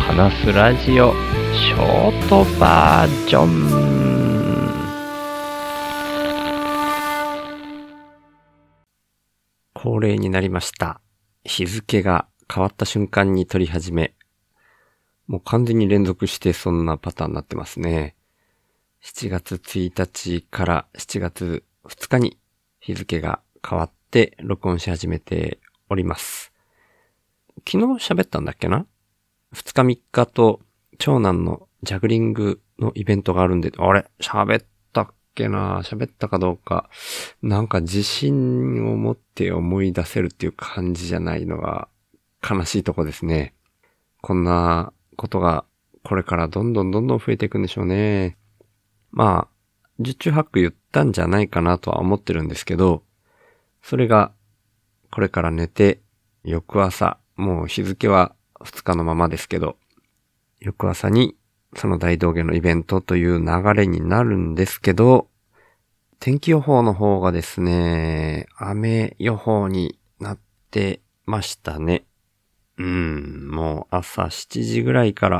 話すラジオショートバージョン。恒例になりました。日付が変わった瞬間に撮り始め、もう完全に連続してそんなパターンになってますね。7月1日から7月2日に日付が変わって録音し始めております。昨日喋ったんだっけな？ 2 日3日と長男のジャグリングのイベントがあるんで、あれ喋ったっけな？喋ったかどうか。なんか自信を持って思い出せるっていう感じじゃないのが悲しいとこですね。こんなことがこれからどんどん増えていくんでしょうね。まあ、十中八九言ったんじゃないかなとは思ってるんですけど、それがこれから寝て翌朝、もう日付は2日のままですけど、翌朝にその大道芸のイベントという流れになるんですけど、天気予報の方がですね、雨予報になってましたね。もう朝7時ぐらいから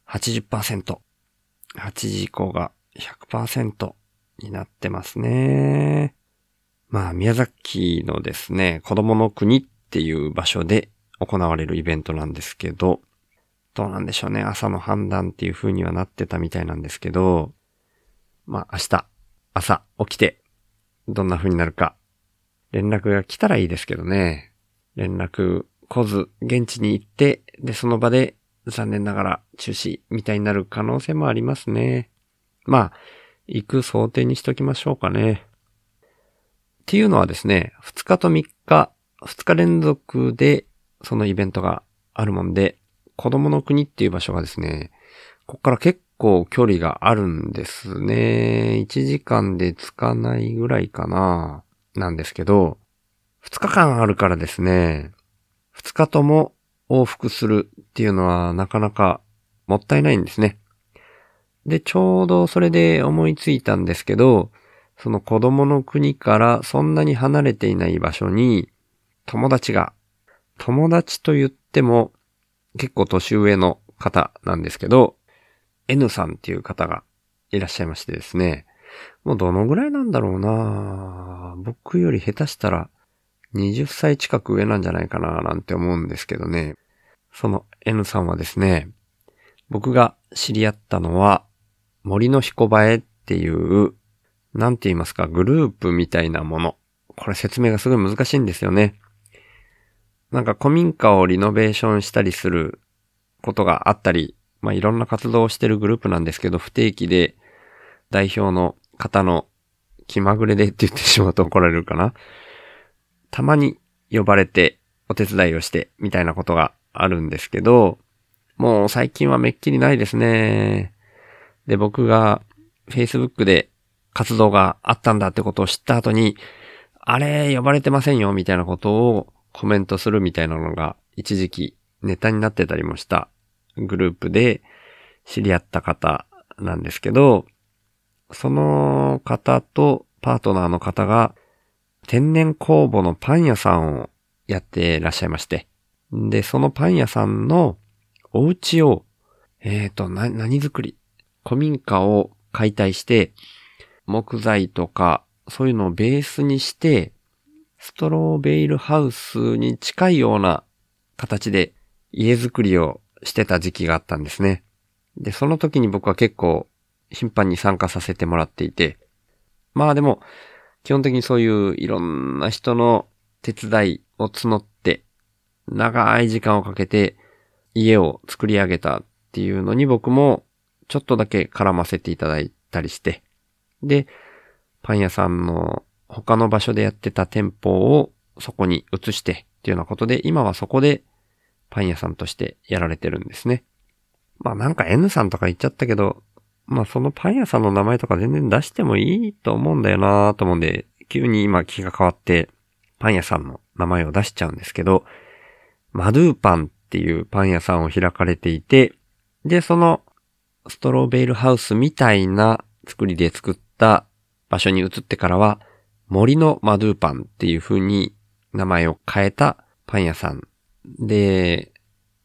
80%、8時以降が 100% になってますね。まあ宮崎のですね、子供の国っていう場所で行われるイベントなんですけど、どうなんでしょうね、朝の判断っていう風にはなってたみたいなんですけど、まあ明日、朝起きてどんな風になるか、連絡が来たらいいですけどね。連絡来ず現地に行って、でその場で残念ながら中止みたいになる可能性もありますね。まあ行く想定にしときましょうかね。っていうのはですね、2日と3日、2日連続でそのイベントがあるもんで、子供の国っていう場所がですね、ここから結構距離があるんですね。1時間で着かないぐらいかな、なんですけど、2日間あるからですね、2日とも往復するっていうのはなかなかもったいないんですね。で、ちょうどそれで思いついたんですけど、その子供の国からそんなに離れていない場所に友達と言っても結構年上の方なんですけど、N さんっていう方がいらっしゃいましてですね、もうどのぐらいなんだろうな、僕より下手したら20歳近く上なんじゃないかななんて思うんですけどね。その N さんはですね、僕が知り合ったのは森の彦映えっていうなんて言いますか、グループみたいなもの。これ説明がすごい難しいんですよね。なんか古民家をリノベーションしたりすることがあったり、まあいろんな活動をしてるグループなんですけど、不定期で代表の方の気まぐれでって言ってしまうと怒られるかな。たまに呼ばれてお手伝いをしてみたいなことがあるんですけど、もう最近はめっきりないですね。で、僕が Facebook で活動があったんだってことを知った後に、あれ呼ばれてませんよみたいなことをコメントするみたいなのが一時期ネタになってたりもしたグループで知り合った方なんですけど、その方とパートナーの方が天然酵母のパン屋さんをやってらっしゃいまして、で、そのパン屋さんのお家を、何作り？古民家を解体して、木材とか、そういうのをベースにして、ストローベイルハウスに近いような形で家づくりをしてた時期があったんですね。で、その時に僕は結構頻繁に参加させてもらっていて、まあでも、基本的にそういういろんな人の手伝いを募って、長い時間をかけて家を作り上げたっていうのに僕もちょっとだけ絡ませていただいたりして、で、パン屋さんの他の場所でやってた店舗をそこに移してっていうようなことで、今はそこでパン屋さんとしてやられてるんですね。まあなんか N さんとか言っちゃったけど、まあそのパン屋さんの名前とか全然出してもいいと思うんだよなと思うんで、急に今気が変わってパン屋さんの名前を出しちゃうんですけど、マドゥーパンっていうパン屋さんを開かれていて、で、そのストローベイルハウスみたいな作りで作った場所に移ってからは森のマドゥーパンっていう風に名前を変えたパン屋さんで、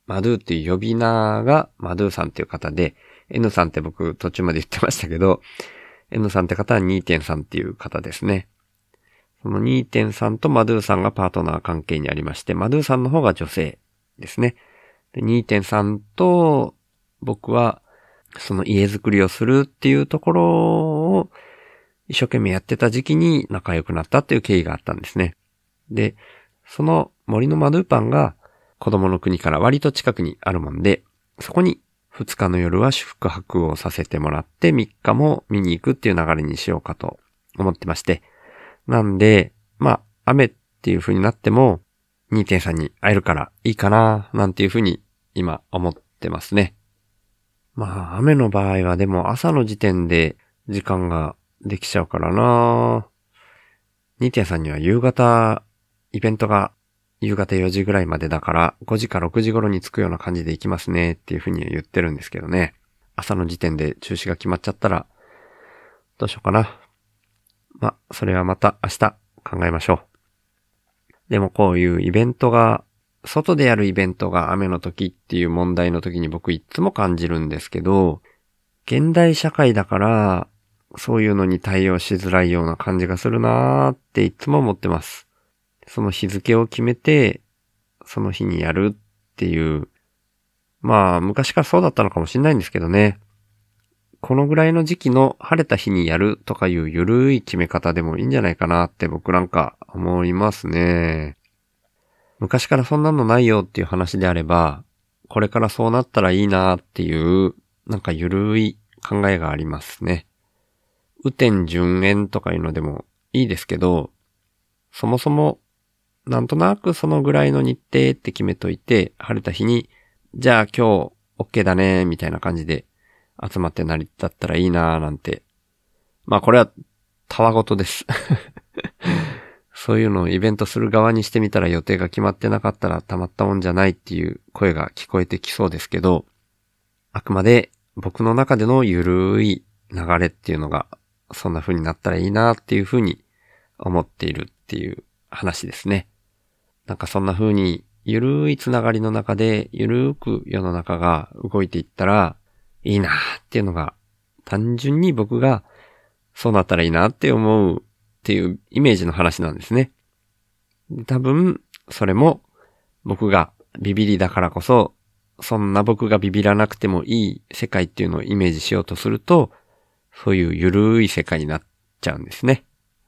マドゥっていう呼び名がマドゥさんっていう方で、N さんって僕途中まで言ってましたけど、N さんって方は 2.3 っていう方ですね。その 2.3 とマドゥさんがパートナー関係にありまして、マドゥさんの方が女性ですね。で 2.3 と僕はその家づくりをするっていうところを一生懸命やってた時期に仲良くなったっていう経緯があったんですね。で、その森のマドゥパンが子供の国から割と近くにあるもんで、そこに2日の夜は宿泊をさせてもらって3日も見に行くっていう流れにしようかと思ってまして。なんで、雨っていう風になっても 2.3 に会えるからいいかななんていう風に今思ってますね。雨の場合はでも朝の時点で時間ができちゃうからな。2.3 には夕方、イベントが夕方4時ぐらいまでだから5時か6時頃に着くような感じで行きますねっていう風に言ってるんですけどね。朝の時点で中止が決まっちゃったらどうしようかな。それはまた明日考えましょう。でもこういうイベントが、外でやるイベントが雨の時っていう問題の時に僕いつも感じるんですけど、現代社会だからそういうのに対応しづらいような感じがするなーっていつも思ってます。その日付を決めて、その日にやるっていう、昔からそうだったのかもしれないんですけどね。このぐらいの時期の晴れた日にやるとかいうゆるい決め方でもいいんじゃないかなって僕なんか思いますね。昔からそんなのないよっていう話であれば、これからそうなったらいいなっていうなんかゆるい考えがありますね。雨天順延とかいうのでもいいですけど、そもそもなんとなくそのぐらいの日程って決めといて、晴れた日に、じゃあ今日 OK だねみたいな感じで集まって成り立ったらいいなーなんて。これはたわごとです。そういうのをイベントする側にしてみたら予定が決まってなかったらたまったもんじゃないっていう声が聞こえてきそうですけど、あくまで僕の中でのゆるい流れっていうのがそんな風になったらいいなっていう風に思っているっていう話ですね。なんかそんな風にゆるいつながりの中でゆるーく世の中が動いていったらいいなっていうのが単純に僕がそうなったらいいなって思うっていうイメージの話なんですね。多分それも僕がビビりだからこそそんな僕がビビらなくてもいい世界っていうのをイメージしようとするとそういうゆるい世界になっちゃうんですね。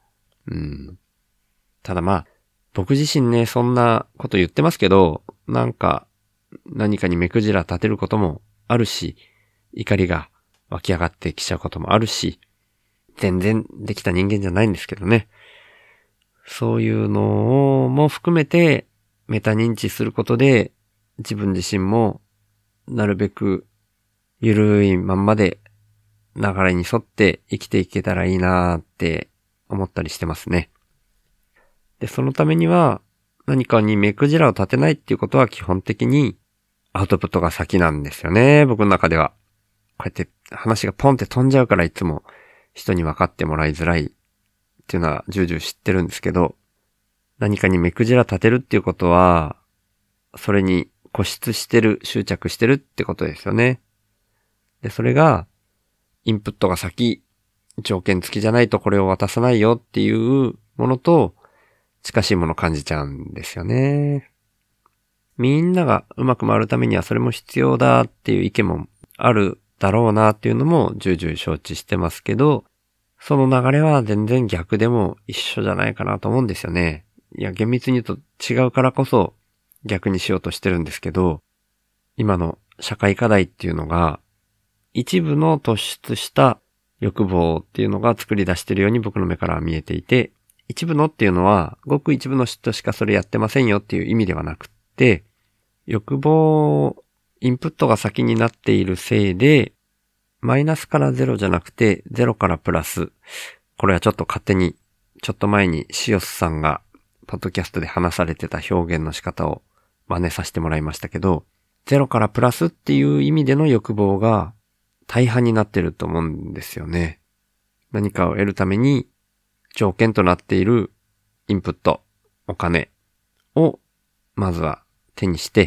ただ僕自身ね、そんなこと言ってますけど、なんか、何かに目くじら立てることもあるし、怒りが湧き上がってきちゃうこともあるし、全然できた人間じゃないんですけどね。そういうのも含めて、メタ認知することで、自分自身も、なるべく、ゆるいまんまで、流れに沿って生きていけたらいいなーって思ったりしてますね。で、そのためには何かに目くじらを立てないっていうことは基本的にアウトプットが先なんですよね。僕の中では。こうやって話がポンって飛んじゃうからいつも人に分かってもらいづらいっていうのは重々知ってるんですけど、何かに目くじら立てるっていうことは、それに固執してる、執着してるってことですよね。で、それがインプットが先、条件付きじゃないとこれを渡さないよっていうものと、近しいものを感じちゃうんですよね。みんながうまく回るためにはそれも必要だっていう意見もあるだろうなっていうのも重々承知してますけど、その流れは全然逆でも一緒じゃないかなと思うんですよね。いや、厳密に言うと違うからこそ逆にしようとしてるんですけど、今の社会課題っていうのが一部の突出した欲望っていうのが作り出しているように僕の目からは見えていて、一部のっていうのは、ごく一部の人しかそれやってませんよっていう意味ではなくって、欲望、インプットが先になっているせいで、マイナスからゼロじゃなくて、ゼロからプラス。これはちょっと勝手に、ちょっと前にシオスさんが、ポッドキャストで話されてた表現の仕方を真似させてもらいましたけど、ゼロからプラスっていう意味での欲望が大半になってると思うんですよね。何かを得るために、条件となっているインプット、お金をまずは手にして、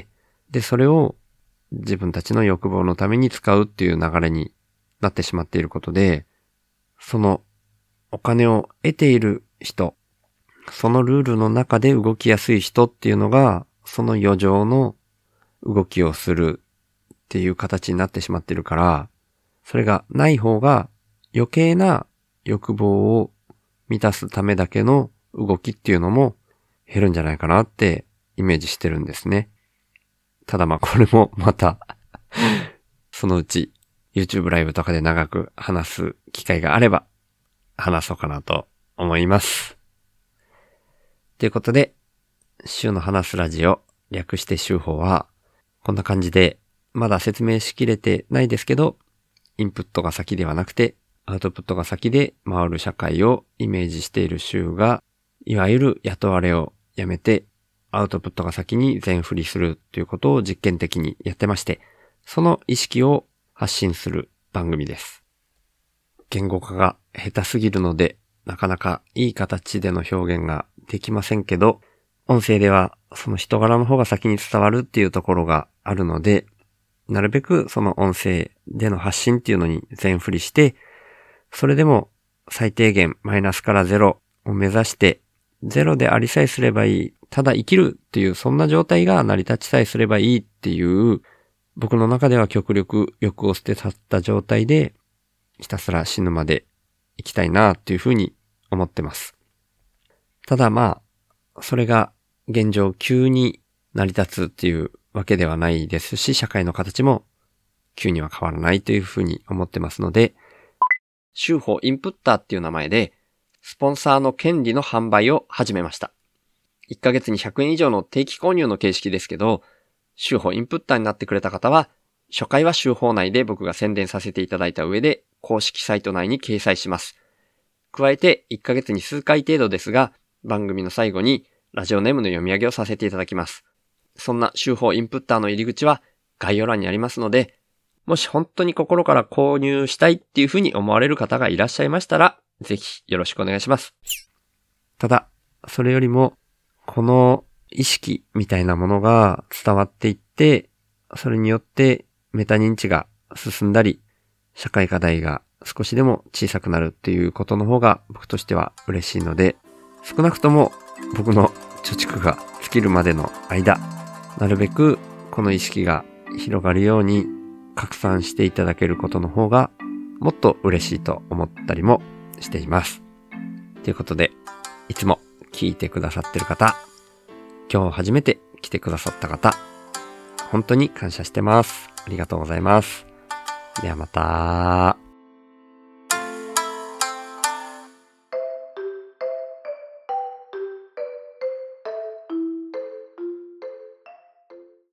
で、それを自分たちの欲望のために使うっていう流れになってしまっていることで、そのお金を得ている人、そのルールの中で動きやすい人っていうのが、その余剰の動きをするっていう形になってしまっているから、それがない方が余計な欲望を満たすためだけの動きっていうのも減るんじゃないかなってイメージしてるんですね。ただまあこれもまたそのうち YouTube ライブとかで長く話す機会があれば話そうかなと思います。ということで、週の話すラジオ、略して週報はこんな感じでまだ説明しきれてないですけど、インプットが先ではなくてアウトプットが先で回る社会をイメージしている週が、いわゆる雇われをやめてアウトプットが先に全振りするということを実験的にやってまして、その意識を発信する番組です。言語化が下手すぎるので、なかなかいい形での表現ができませんけど、音声ではその人柄の方が先に伝わるっていうところがあるので、なるべくその音声での発信っていうのに全振りして、それでも最低限マイナスからゼロを目指して、ゼロでありさえすればいい、ただ生きるっていうそんな状態が成り立ちさえすればいいっていう、僕の中では極力欲を捨て去った状態で、ひたすら死ぬまで生きたいなっていうふうに思ってます。ただまあ、それが現状急に成り立つっていうわけではないですし、社会の形も急には変わらないというふうに思ってますので、週報インプッターっていう名前で、スポンサーの権利の販売を始めました。1ヶ月に100円以上の定期購入の形式ですけど、週報インプッターになってくれた方は、初回は週報内で僕が宣伝させていただいた上で、公式サイト内に掲載します。加えて、1ヶ月に数回程度ですが、番組の最後にラジオネームの読み上げをさせていただきます。そんな週報インプッターの入り口は概要欄にありますので、もし本当に心から購入したいっていうふうに思われる方がいらっしゃいましたら、ぜひよろしくお願いします。ただ、それよりも、この意識みたいなものが伝わっていって、それによってメタ認知が進んだり、社会課題が少しでも小さくなるっていうことの方が僕としては嬉しいので、少なくとも僕の貯蓄が尽きるまでの間、なるべくこの意識が広がるように拡散していただけることの方がもっと嬉しいと思ったりもしています。ということで、いつも聞いてくださってる方、今日初めて来てくださった方、本当に感謝してます。ありがとうございます。ではまた。